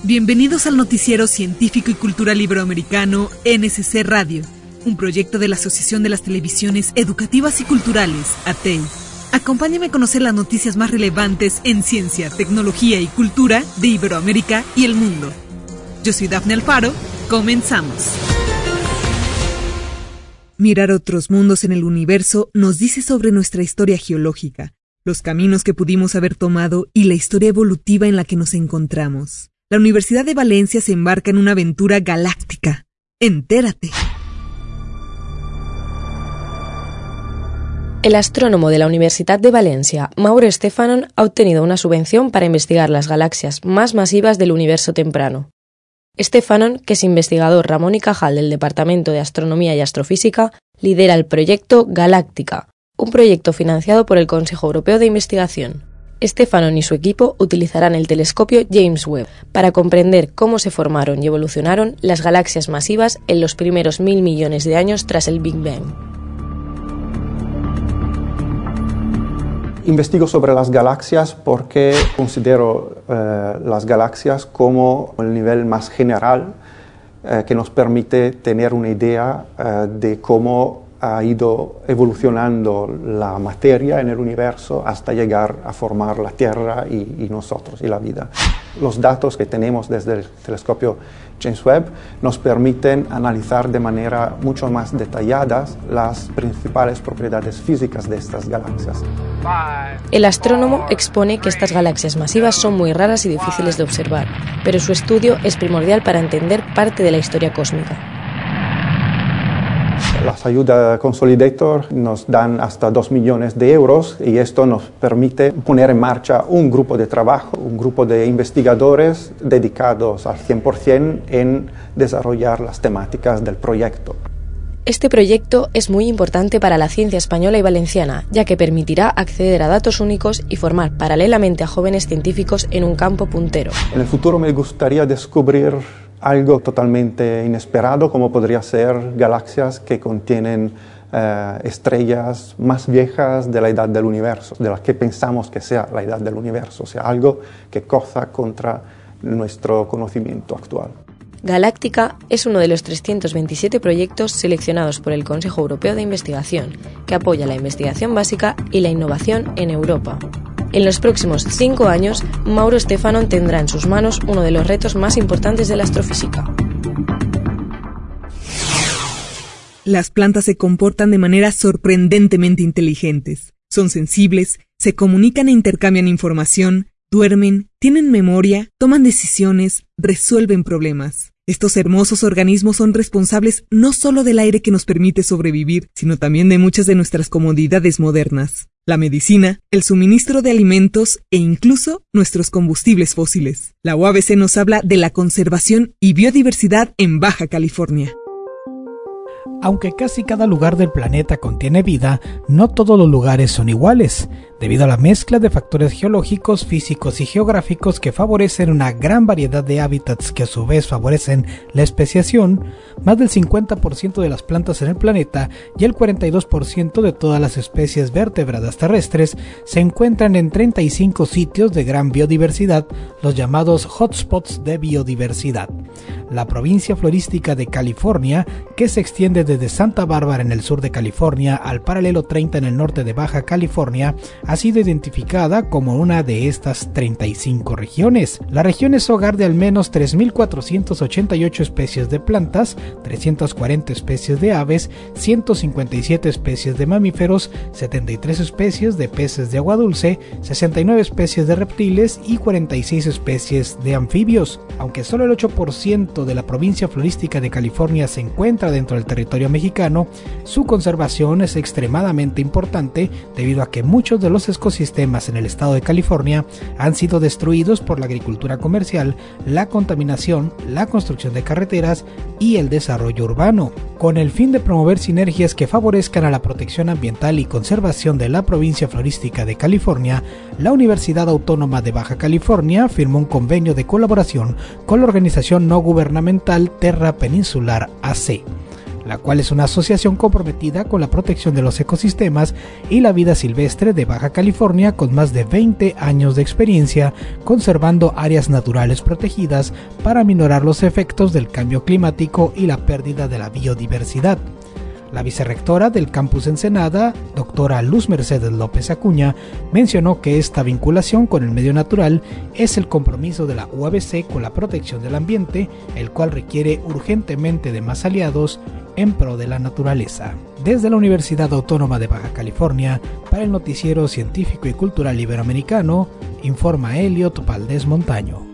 Bienvenidos al noticiero científico y cultural iberoamericano NSC Radio, un proyecto de la Asociación de las Televisiones Educativas y Culturales, ATEI. Acompáñame a conocer las noticias más relevantes en ciencia, tecnología y cultura de Iberoamérica y el mundo. Yo soy Dafne Alfaro, comenzamos. Mirar otros mundos en el universo nos dice sobre nuestra historia geológica, los caminos que pudimos haber tomado y la historia evolutiva en la que nos encontramos. La Universidad de Valencia se embarca en una aventura galáctica. ¡Entérate! El astrónomo de la Universidad de Valencia, Mauro Stefanon, ha obtenido una subvención para investigar las galaxias más masivas del universo temprano. Stefanon, que es investigador Ramón y Cajal del Departamento de Astronomía y Astrofísica, lidera el proyecto Galáctica, un proyecto financiado por el Consejo Europeo de Investigación. Stefanon y su equipo utilizarán el telescopio James Webb para comprender cómo se formaron y evolucionaron las galaxias masivas en los primeros 1.000 millones de años tras el Big Bang. Investigo sobre las galaxias porque considero las galaxias como el nivel más general que nos permite tener una idea de cómo ha ido evolucionando la materia en el universo hasta llegar a formar la Tierra y nosotros y la vida. Los datos que tenemos desde el telescopio James Webb nos permiten analizar de manera mucho más detallada las principales propiedades físicas de estas galaxias. El astrónomo expone que estas galaxias masivas son muy raras y difíciles de observar, pero su estudio es primordial para entender parte de la historia cósmica. Las ayudas Consolidator nos dan hasta 2 millones de euros y esto nos permite poner en marcha un grupo de trabajo, un grupo de investigadores dedicados al 100% en desarrollar las temáticas del proyecto. Este proyecto es muy importante para la ciencia española y valenciana, ya que permitirá acceder a datos únicos y formar paralelamente a jóvenes científicos en un campo puntero. En el futuro me gustaría descubrir algo totalmente inesperado, como podría ser galaxias que contienen estrellas más viejas de la edad del universo, de las que pensamos que sea la edad del universo, o sea, algo que coza contra nuestro conocimiento actual. Galáctica es uno de los 327 proyectos seleccionados por el Consejo Europeo de Investigación, que apoya la investigación básica y la innovación en Europa. En los próximos 5 años, Mauro Stefanon tendrá en sus manos uno de los retos más importantes de la astrofísica. Las plantas se comportan de manera sorprendentemente inteligentes. Son sensibles, se comunican e intercambian información, duermen, tienen memoria, toman decisiones, resuelven problemas. Estos hermosos organismos son responsables no solo del aire que nos permite sobrevivir, sino también de muchas de nuestras comodidades modernas. La medicina, el suministro de alimentos e incluso nuestros combustibles fósiles. La UABC nos habla de la conservación y biodiversidad en Baja California. Aunque casi cada lugar del planeta contiene vida, no todos los lugares son iguales, debido a la mezcla de factores geológicos, físicos y geográficos que favorecen una gran variedad de hábitats que a su vez favorecen la especiación. Más del 50% de las plantas en el planeta y el 42% de todas las especies vertebradas terrestres se encuentran en 35 sitios de gran biodiversidad, los llamados hotspots de biodiversidad. La provincia florística de California, que se extiende desde Santa Bárbara en el sur de California al paralelo 30 en el norte de Baja California, ha sido identificada como una de estas 35 regiones. La región es hogar de al menos 3.488 especies de plantas, 340 especies de aves, 157 especies de mamíferos, 73 especies de peces de agua dulce, 69 especies de reptiles y 46 especies de anfibios. Aunque solo el 8% de la provincia florística de California se encuentra dentro del territorio mexicano, su conservación es extremadamente importante debido a que muchos de los ecosistemas en el estado de California han sido destruidos por la agricultura comercial, la contaminación, la construcción de carreteras y el desarrollo urbano. Con el fin de promover sinergias que favorezcan a la protección ambiental y conservación de la provincia florística de California, la Universidad Autónoma de Baja California firmó un convenio de colaboración con la organización no gubernamental Terra Peninsular AC. la cual es una asociación comprometida con la protección de los ecosistemas y la vida silvestre de Baja California, con más de 20 años de experiencia conservando áreas naturales protegidas para minorar los efectos del cambio climático y la pérdida de la biodiversidad. La vicerrectora del campus Ensenada, doctora Luz Mercedes López Acuña, mencionó que esta vinculación con el medio natural es el compromiso de la UABC con la protección del ambiente, el cual requiere urgentemente de más aliados en pro de la naturaleza. Desde la Universidad Autónoma de Baja California, para el Noticiero Científico y Cultural Iberoamericano, informa Elliot Valdés Montaño.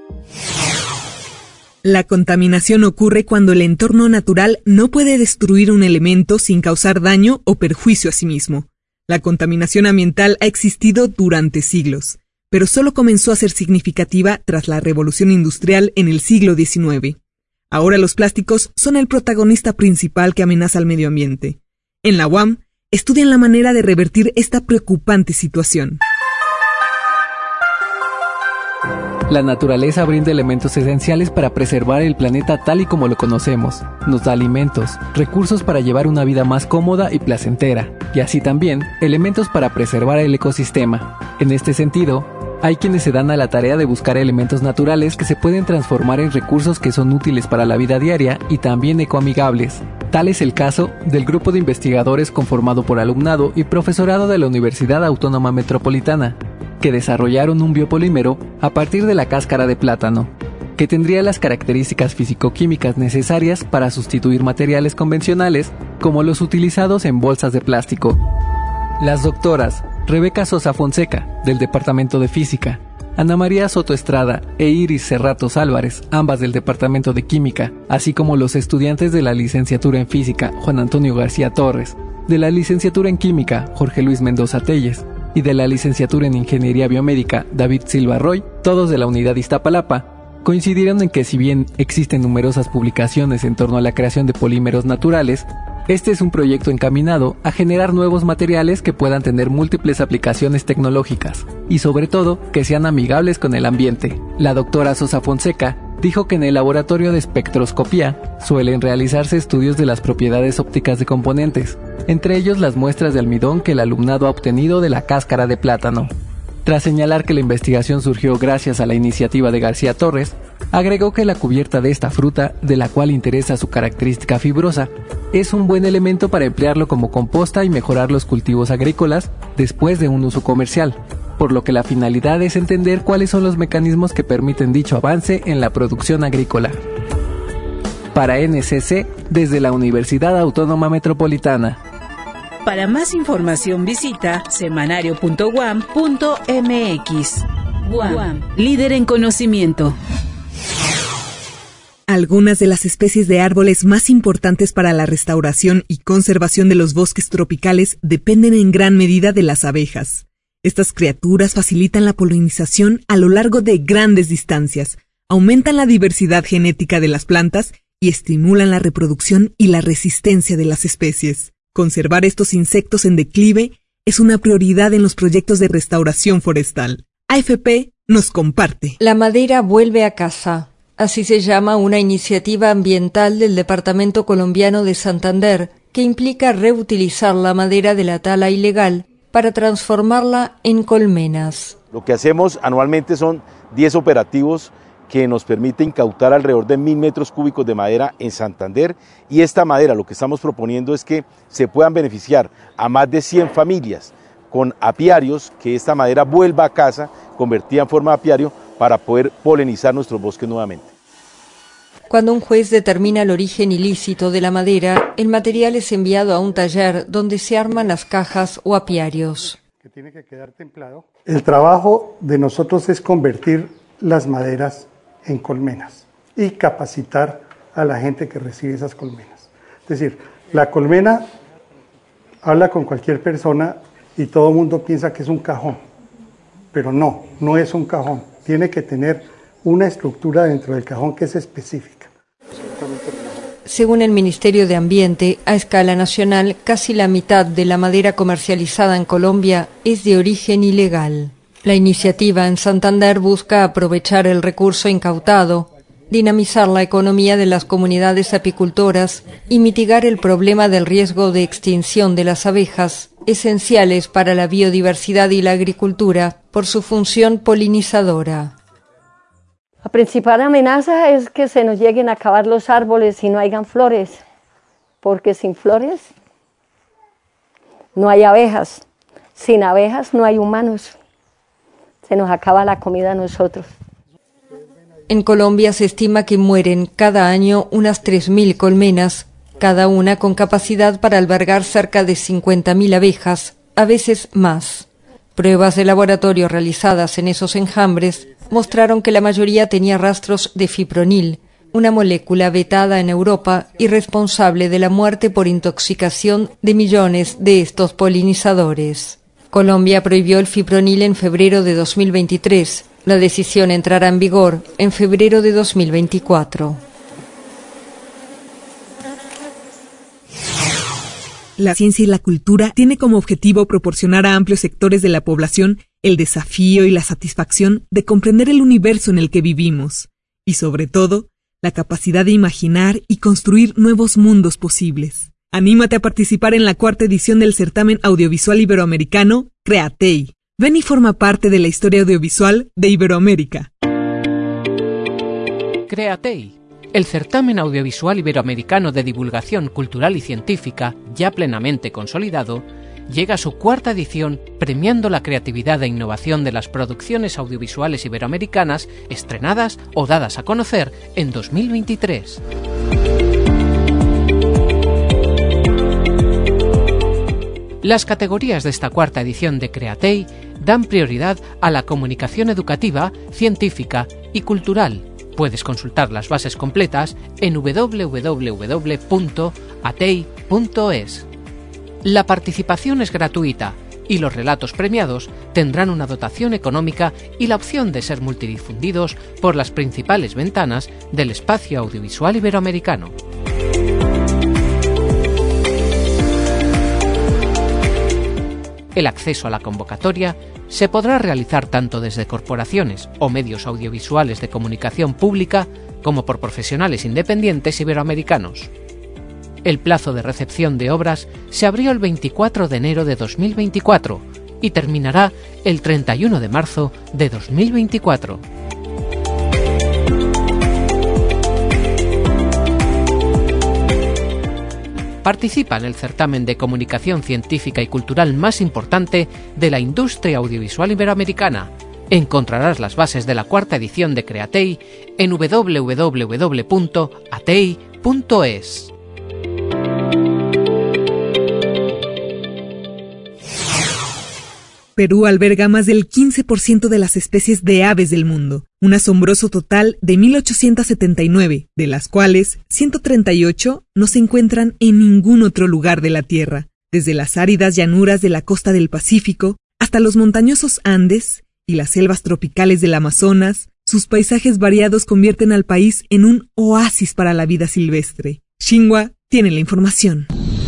La contaminación ocurre cuando el entorno natural no puede destruir un elemento sin causar daño o perjuicio a sí mismo. La contaminación ambiental ha existido durante siglos, pero solo comenzó a ser significativa tras la revolución industrial en el siglo XIX. Ahora los plásticos son el protagonista principal que amenaza al medio ambiente. En la UAM, estudian la manera de revertir esta preocupante situación. La naturaleza brinda elementos esenciales para preservar el planeta tal y como lo conocemos. Nos da alimentos, recursos para llevar una vida más cómoda y placentera, y así también elementos para preservar el ecosistema. En este sentido, hay quienes se dan a la tarea de buscar elementos naturales que se pueden transformar en recursos que son útiles para la vida diaria y también ecoamigables. Tal es el caso del grupo de investigadores conformado por alumnado y profesorado de la Universidad Autónoma Metropolitana, que desarrollaron un biopolímero a partir de la cáscara de plátano, que tendría las características físico-químicas necesarias para sustituir materiales convencionales como los utilizados en bolsas de plástico. Las doctoras Rebeca Sosa Fonseca, del Departamento de Física, Ana María Soto Estrada e Iris Cerratos Álvarez, ambas del Departamento de Química, así como los estudiantes de la licenciatura en Física, Juan Antonio García Torres, de la licenciatura en Química, Jorge Luis Mendoza Telles, y de la licenciatura en Ingeniería Biomédica, David Silva Roy, todos de la Unidad Iztapalapa, coincidieron en que si bien existen numerosas publicaciones en torno a la creación de polímeros naturales, este es un proyecto encaminado a generar nuevos materiales que puedan tener múltiples aplicaciones tecnológicas y sobre todo que sean amigables con el ambiente. La doctora Sosa Fonseca dijo que en el laboratorio de espectroscopía suelen realizarse estudios de las propiedades ópticas de componentes, entre ellos las muestras de almidón que el alumnado ha obtenido de la cáscara de plátano. Tras señalar que la investigación surgió gracias a la iniciativa de García Torres, agregó que la cubierta de esta fruta, de la cual interesa su característica fibrosa, es un buen elemento para emplearlo como composta y mejorar los cultivos agrícolas después de un uso comercial, por lo que la finalidad es entender cuáles son los mecanismos que permiten dicho avance en la producción agrícola. Para NCC, desde la Universidad Autónoma Metropolitana. Para más información visita semanario.uam.mx. UAM, líder en conocimiento. Algunas de las especies de árboles más importantes para la restauración y conservación de los bosques tropicales dependen en gran medida de las abejas. Estas criaturas facilitan la polinización a lo largo de grandes distancias, aumentan la diversidad genética de las plantas y estimulan la reproducción y la resistencia de las especies. Conservar estos insectos en declive es una prioridad en los proyectos de restauración forestal. AFP nos comparte. La madera vuelve a casa. Así se llama una iniciativa ambiental del Departamento Colombiano de Santander que implica reutilizar la madera de la tala ilegal para transformarla en colmenas. Lo que hacemos anualmente son 10 operativos que nos permite incautar alrededor de 1.000 metros cúbicos de madera en Santander, y esta madera lo que estamos proponiendo es que se puedan beneficiar a más de 100 familias con apiarios, que esta madera vuelva a casa convertida en forma de apiario para poder polinizar nuestros bosques nuevamente. Cuando un juez determina el origen ilícito de la madera, el material es enviado a un taller donde se arman las cajas o apiarios. El trabajo de nosotros es convertir las maderas en colmenas y capacitar a la gente que recibe esas colmenas. Es decir, la colmena habla con cualquier persona y todo el mundo piensa que es un cajón, pero no es un cajón. Tiene que tener una estructura dentro del cajón que es específica. Según el Ministerio de Ambiente, a escala nacional, casi la mitad de la madera comercializada en Colombia es de origen ilegal. La iniciativa en Santander busca aprovechar el recurso incautado, dinamizar la economía de las comunidades apicultoras y mitigar el problema del riesgo de extinción de las abejas, esenciales para la biodiversidad y la agricultura por su función polinizadora. La principal amenaza es que se nos lleguen a acabar los árboles y no hayan flores, porque sin flores no hay abejas, sin abejas no hay humanos, se nos acaba la comida a nosotros. En Colombia se estima que mueren cada año unas 3.000 colmenas, cada una con capacidad para albergar cerca de 50.000 abejas, a veces más. Pruebas de laboratorio realizadas en esos enjambres mostraron que la mayoría tenía rastros de fipronil, una molécula vetada en Europa y responsable de la muerte por intoxicación de millones de estos polinizadores. Colombia prohibió el fipronil en febrero de 2023. La decisión entrará en vigor en febrero de 2024. La ciencia y la cultura tiene como objetivo proporcionar a amplios sectores de la población el desafío y la satisfacción de comprender el universo en el que vivimos, y sobre todo, la capacidad de imaginar y construir nuevos mundos posibles. Anímate a participar en la 4ª edición del certamen audiovisual iberoamericano Createi. Ven y forma parte de la historia audiovisual de Iberoamérica. Createi, el certamen audiovisual iberoamericano de divulgación cultural y científica, ya plenamente consolidado, llega a su 4ª edición premiando la creatividad e innovación de las producciones audiovisuales iberoamericanas estrenadas o dadas a conocer en 2023. Las categorías de esta 4ª edición de Createi dan prioridad a la comunicación educativa, científica y cultural. Puedes consultar las bases completas en www.atei.es. La participación es gratuita y los relatos premiados tendrán una dotación económica y la opción de ser multidifundidos por las principales ventanas del espacio audiovisual iberoamericano. El acceso a la convocatoria se podrá realizar tanto desde corporaciones o medios audiovisuales de comunicación pública como por profesionales independientes iberoamericanos. El plazo de recepción de obras se abrió el 24 de enero de 2024 y terminará el 31 de marzo de 2024. Participa en el certamen de comunicación científica y cultural más importante de la industria audiovisual iberoamericana. Encontrarás las bases de la 4ª edición de Createi en www.atei.es. Perú alberga más del 15% de las especies de aves del mundo, un asombroso total de 1.879, de las cuales 138 no se encuentran en ningún otro lugar de la Tierra, desde las áridas llanuras de la costa del Pacífico hasta los montañosos Andes y las selvas tropicales del Amazonas. Sus paisajes variados convierten al país en un oasis para la vida silvestre. Xinhua tiene la información.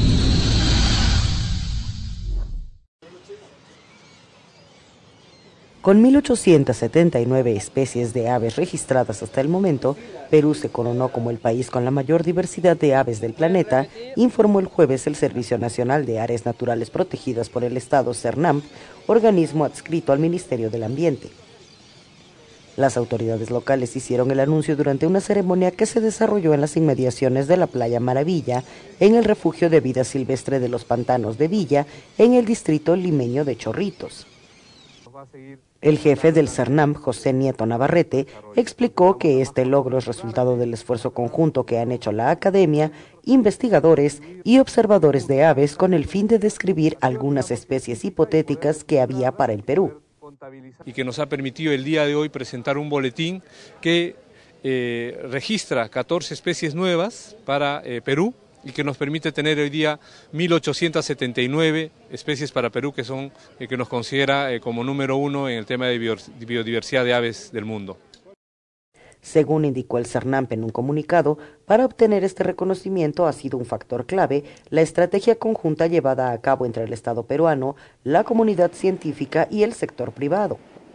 Con 1.879 especies de aves registradas hasta el momento, Perú se coronó como el país con la mayor diversidad de aves del planeta, informó el jueves el Servicio Nacional de Áreas Naturales Protegidas por el Estado, CERNAMP, organismo adscrito al Ministerio del Ambiente. Las autoridades locales hicieron el anuncio durante una ceremonia que se desarrolló en las inmediaciones de la Playa Maravilla, en el refugio de vida silvestre de los Pantanos de Villa, en el distrito limeño de Chorritos. El jefe del CERNAMP, José Nieto Navarrete, explicó que este logro es resultado del esfuerzo conjunto que han hecho la academia, investigadores y observadores de aves con el fin de describir algunas especies hipotéticas que había para el Perú. Y que nos ha permitido el día de hoy presentar un boletín que registra 14 especies nuevas para Perú, y que nos permite tener hoy día 1.879 especies para Perú, que son que nos considera como número 1 en el tema de biodiversidad de aves del mundo. Según indicó el CERNAMP en un comunicado, para obtener este reconocimiento ha sido un factor clave la estrategia conjunta llevada a cabo entre el Estado peruano, la comunidad científica y el sector privado.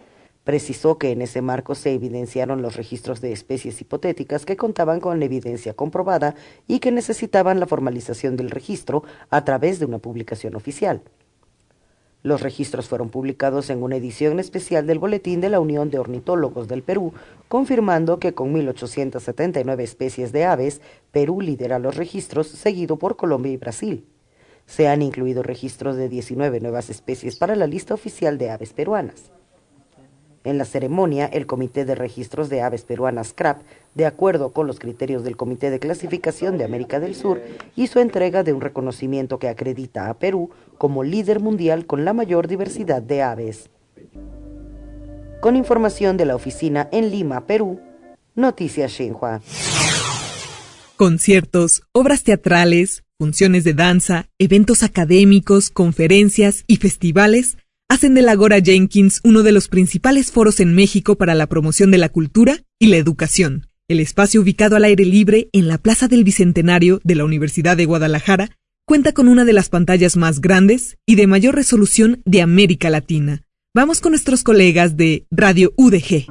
Precisó que en ese marco se evidenciaron los registros de especies hipotéticas que contaban con evidencia comprobada y que necesitaban la formalización del registro a través de una publicación oficial. Los registros fueron publicados en una edición especial del Boletín de la Unión de Ornitólogos del Perú, confirmando que con 1.879 especies de aves, Perú lidera los registros, seguido por Colombia y Brasil. Se han incluido registros de 19 nuevas especies para la lista oficial de aves peruanas. En la ceremonia, el Comité de Registros de Aves Peruanas CRAP, de acuerdo con los criterios del Comité de Clasificación de América del Sur, hizo entrega de un reconocimiento que acredita a Perú como líder mundial con la mayor diversidad de aves. Con información de la oficina en Lima, Perú, Noticias Xinhua. Conciertos, obras teatrales, funciones de danza, eventos académicos, conferencias y festivales hacen del Agora Jenkins uno de los principales foros en México para la promoción de la cultura y la educación. El espacio, ubicado al aire libre en la Plaza del Bicentenario de la Universidad de Guadalajara, cuenta con una de las pantallas más grandes y de mayor resolución de América Latina. Vamos con nuestros colegas de Radio UDG.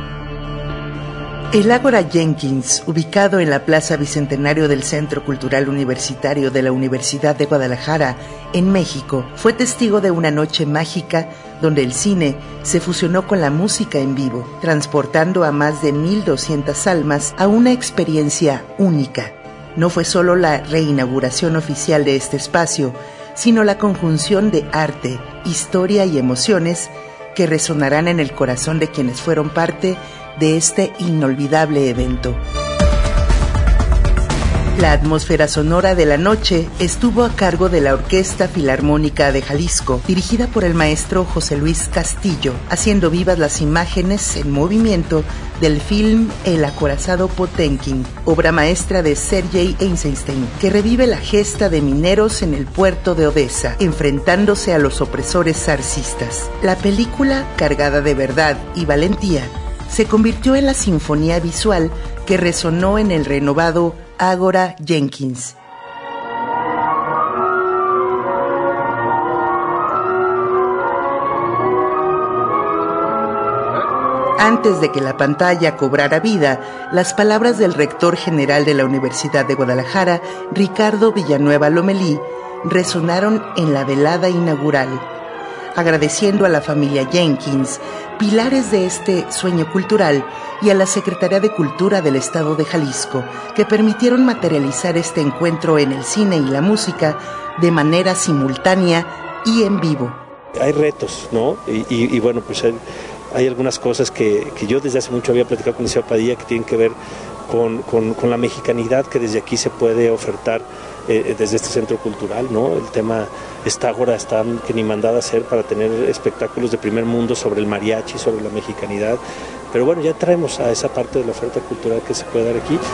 El Ágora Jenkins, ubicado en la Plaza Bicentenario del Centro Cultural Universitario de la Universidad de Guadalajara, en México, fue testigo de una noche mágica donde el cine se fusionó con la música en vivo, transportando a más de 1.200 almas a una experiencia única. No fue solo la reinauguración oficial de este espacio, sino la conjunción de arte, historia y emociones que resonarán en el corazón de quienes fueron parte de este inolvidable evento. La atmósfera sonora de la noche estuvo a cargo de la Orquesta Filarmónica de Jalisco, dirigida por el maestro José Luis Castillo, haciendo vivas las imágenes en movimiento del film El acorazado Potemkin, obra maestra de Sergei Eisenstein, que revive la gesta de mineros en el puerto de Odessa, enfrentándose a los opresores zarcistas. La película, cargada de verdad y valentía, se convirtió en la sinfonía visual que resonó en el renovado Ágora Jenkins. Antes de que la pantalla cobrara vida, las palabras del rector general de la Universidad de Guadalajara, Ricardo Villanueva Lomelí, resonaron en la velada inaugural, agradeciendo a la familia Jenkins, pilares de este sueño cultural, y a la Secretaría de Cultura del Estado de Jalisco, que permitieron materializar este encuentro en el cine y la música de manera simultánea y en vivo. Hay retos, ¿no? Y bueno, pues hay algunas cosas que yo desde hace mucho había platicado con el señor Padilla, que tienen que ver con la mexicanidad que desde aquí se puede ofertar desde este centro cultural, ¿no? El tema está ahora que ni mandada a hacer para tener espectáculos de primer mundo sobre el mariachi, sobre la mexicanidad, pero bueno, ya traemos a esa parte de la oferta cultural que se puede dar aquí.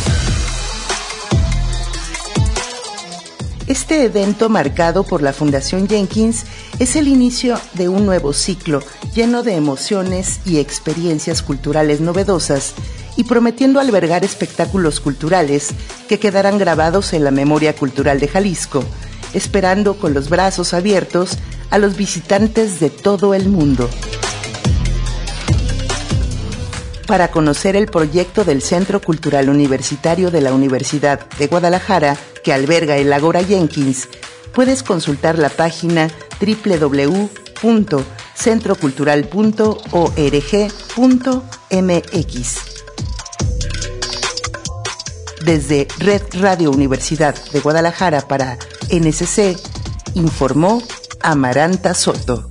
Este evento, marcado por la Fundación Jenkins, es el inicio de un nuevo ciclo lleno de emociones y experiencias culturales novedosas, y prometiendo albergar espectáculos culturales que quedarán grabados en la memoria cultural de Jalisco, esperando con los brazos abiertos a los visitantes de todo el mundo. Para conocer el proyecto del Centro Cultural Universitario de la Universidad de Guadalajara, que alberga el Ágora Jenkins, puedes consultar la página www.centrocultural.org.mx. Desde Red Radio Universidad de Guadalajara para NSC, informó Amaranta Soto.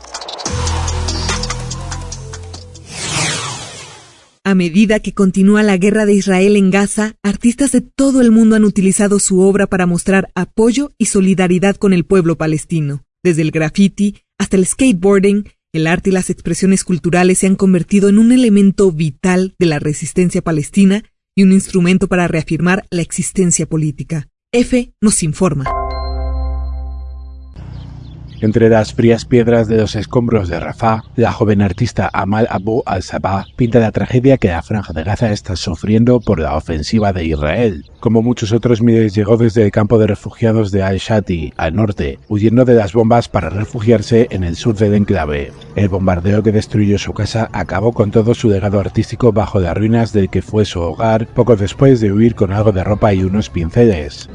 A medida que continúa la guerra de Israel en Gaza, artistas de todo el mundo han utilizado su obra para mostrar apoyo y solidaridad con el pueblo palestino. Desde el graffiti hasta el skateboarding, el arte y las expresiones culturales se han convertido en un elemento vital de la resistencia palestina y un instrumento para reafirmar la existencia política. EFE nos informa. Entre las frías piedras de los escombros de Rafah, la joven artista Amal Abu al-Sabah pinta la tragedia que la Franja de Gaza está sufriendo por la ofensiva de Israel. Como muchos otros, Miles llegó desde el campo de refugiados de Al-Shati, al norte, huyendo de las bombas para refugiarse en el sur del enclave. El bombardeo que destruyó su casa acabó con todo su legado artístico bajo las ruinas del que fue su hogar, poco después de huir con algo de ropa y unos pinceles.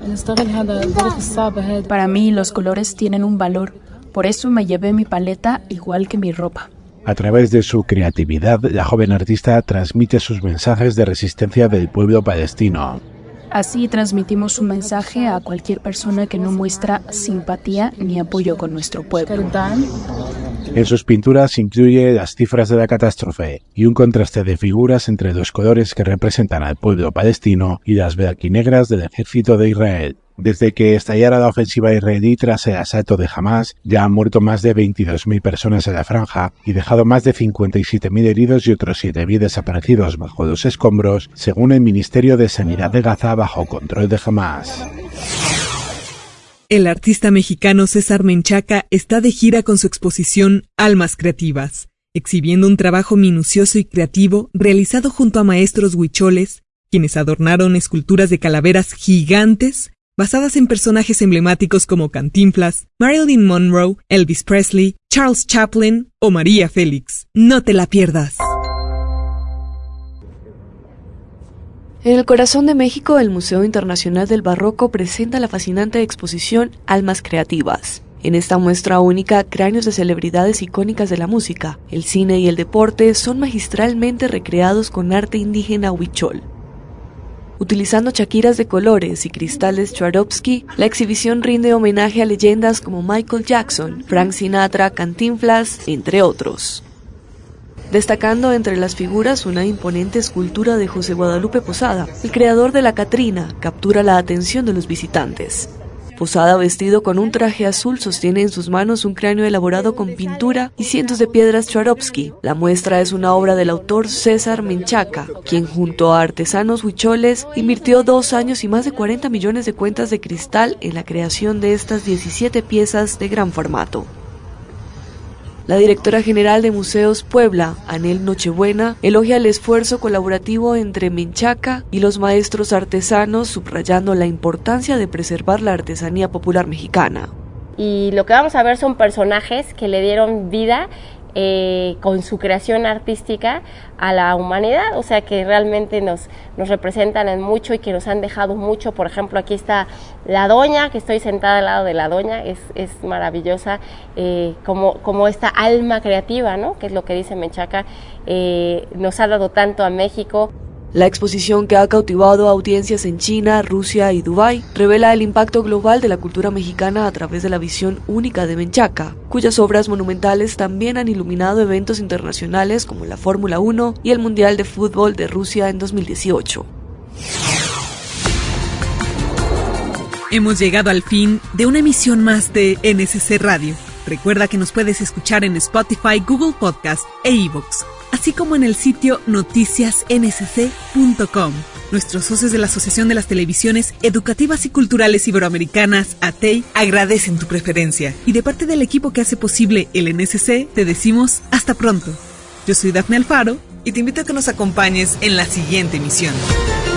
Para mí los colores tienen un valor. Por eso me llevé mi paleta igual que mi ropa. A través de su creatividad, la joven artista transmite sus mensajes de resistencia del pueblo palestino. Así transmitimos un mensaje a cualquier persona que no muestra simpatía ni apoyo con nuestro pueblo. En sus pinturas incluye las cifras de la catástrofe y un contraste de figuras entre los colores que representan al pueblo palestino y las blanquinegras del ejército de Israel. Desde que estallara la ofensiva israelí tras el asalto de Hamas, ya han muerto más de 22.000 personas en la franja y dejado más de 57.000 heridos y otros 7.000 desaparecidos bajo los escombros, según el Ministerio de Sanidad de Gaza bajo control de Hamas. El artista mexicano César Menchaca está de gira con su exposición Almas Creativas, exhibiendo un trabajo minucioso y creativo realizado junto a maestros huicholes, quienes adornaron esculturas de calaveras gigantes basadas en personajes emblemáticos como Cantinflas, Marilyn Monroe, Elvis Presley, Charles Chaplin o María Félix. No te la pierdas. En el corazón de México, el Museo Internacional del Barroco presenta la fascinante exposición Almas Creativas. En esta muestra única, cráneos de celebridades icónicas de la música, el cine y el deporte son magistralmente recreados con arte indígena huichol. Utilizando chaquiras de colores y cristales Swarovski, la exhibición rinde homenaje a leyendas como Michael Jackson, Frank Sinatra, Cantinflas, entre otros. Destacando entre las figuras una imponente escultura de José Guadalupe Posada, el creador de la Catrina, captura la atención de los visitantes. Posada, vestido con un traje azul, sostiene en sus manos un cráneo elaborado con pintura y cientos de piedras Swarovski. La muestra es una obra del autor César Menchaca, quien junto a artesanos huicholes invirtió 2 años y más de 40 millones de cuentas de cristal en la creación de estas 17 piezas de gran formato. La directora general de Museos Puebla, Anel Nochebuena, elogia el esfuerzo colaborativo entre Menchaca y los maestros artesanos, subrayando la importancia de preservar la artesanía popular mexicana. Y lo que vamos a ver son personajes que le dieron vida con su creación artística a la humanidad, o sea que realmente nos representan en mucho y que nos han dejado mucho. Por ejemplo, aquí está la doña, que estoy sentada al lado de la doña, es maravillosa, como esta alma creativa, ¿no? Que es lo que dice Menchaca, nos ha dado tanto a México. La exposición, que ha cautivado a audiencias en China, Rusia y Dubái, revela el impacto global de la cultura mexicana a través de la visión única de Menchaca, cuyas obras monumentales también han iluminado eventos internacionales como la Fórmula 1 y el Mundial de Fútbol de Rusia en 2018. Hemos llegado al fin de una emisión más de NSC Radio. Recuerda que nos puedes escuchar en Spotify, Google Podcast e iVoox, así como en el sitio noticiasnsc.com. Nuestros socios de la Asociación de las Televisiones Educativas y Culturales Iberoamericanas, ATEI, agradecen tu preferencia. Y de parte del equipo que hace posible el NSC, te decimos hasta pronto. Yo soy Dafne Alfaro y te invito a que nos acompañes en la siguiente emisión.